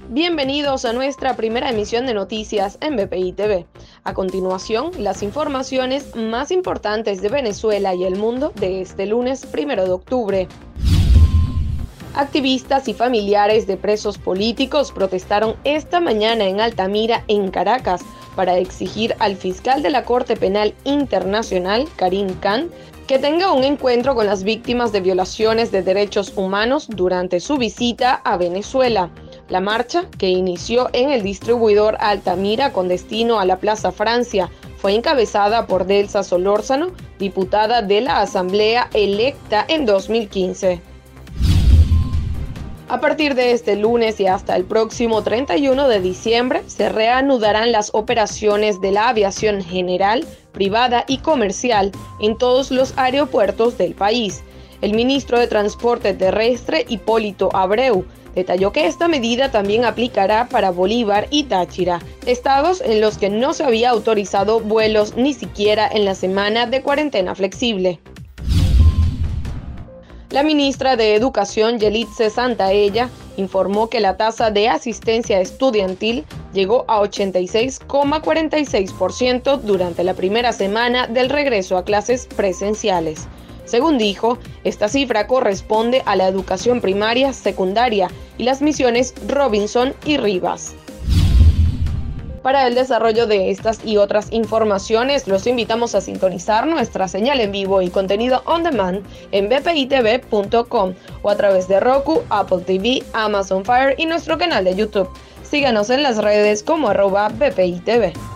Bienvenidos a nuestra primera emisión de noticias en BPI TV. A continuación, las informaciones más importantes de Venezuela y el mundo de este lunes 1 de octubre. Activistas y familiares de presos políticos protestaron esta mañana en Altamira, en Caracas, para exigir al fiscal de la Corte Penal Internacional, Karim Khan, que tenga un encuentro con las víctimas de violaciones de derechos humanos durante su visita a Venezuela. La marcha, que inició en el distribuidor Altamira con destino a la Plaza Francia, fue encabezada por Delsa Solórzano, diputada de la Asamblea electa en 2015. A partir de este lunes y hasta el próximo 31 de diciembre se reanudarán las operaciones de la aviación general, privada y comercial en todos los aeropuertos del país. El ministro de Transporte Terrestre, Hipólito Abreu, detalló que esta medida también aplicará para Bolívar y Táchira, estados en los que no se había autorizado vuelos ni siquiera en la semana de cuarentena flexible. La ministra de Educación, Yelitze Santaella, informó que la tasa de asistencia estudiantil llegó a 86,46% durante la primera semana del regreso a clases presenciales. Según dijo, esta cifra corresponde a la educación primaria, secundaria y las misiones Robinson y Rivas. Para el desarrollo de estas y otras informaciones, los invitamos a sintonizar nuestra señal en vivo y contenido on demand en bpitv.com o a través de Roku, Apple TV, Amazon Fire y nuestro canal de YouTube. Síganos en las redes como @bpitv.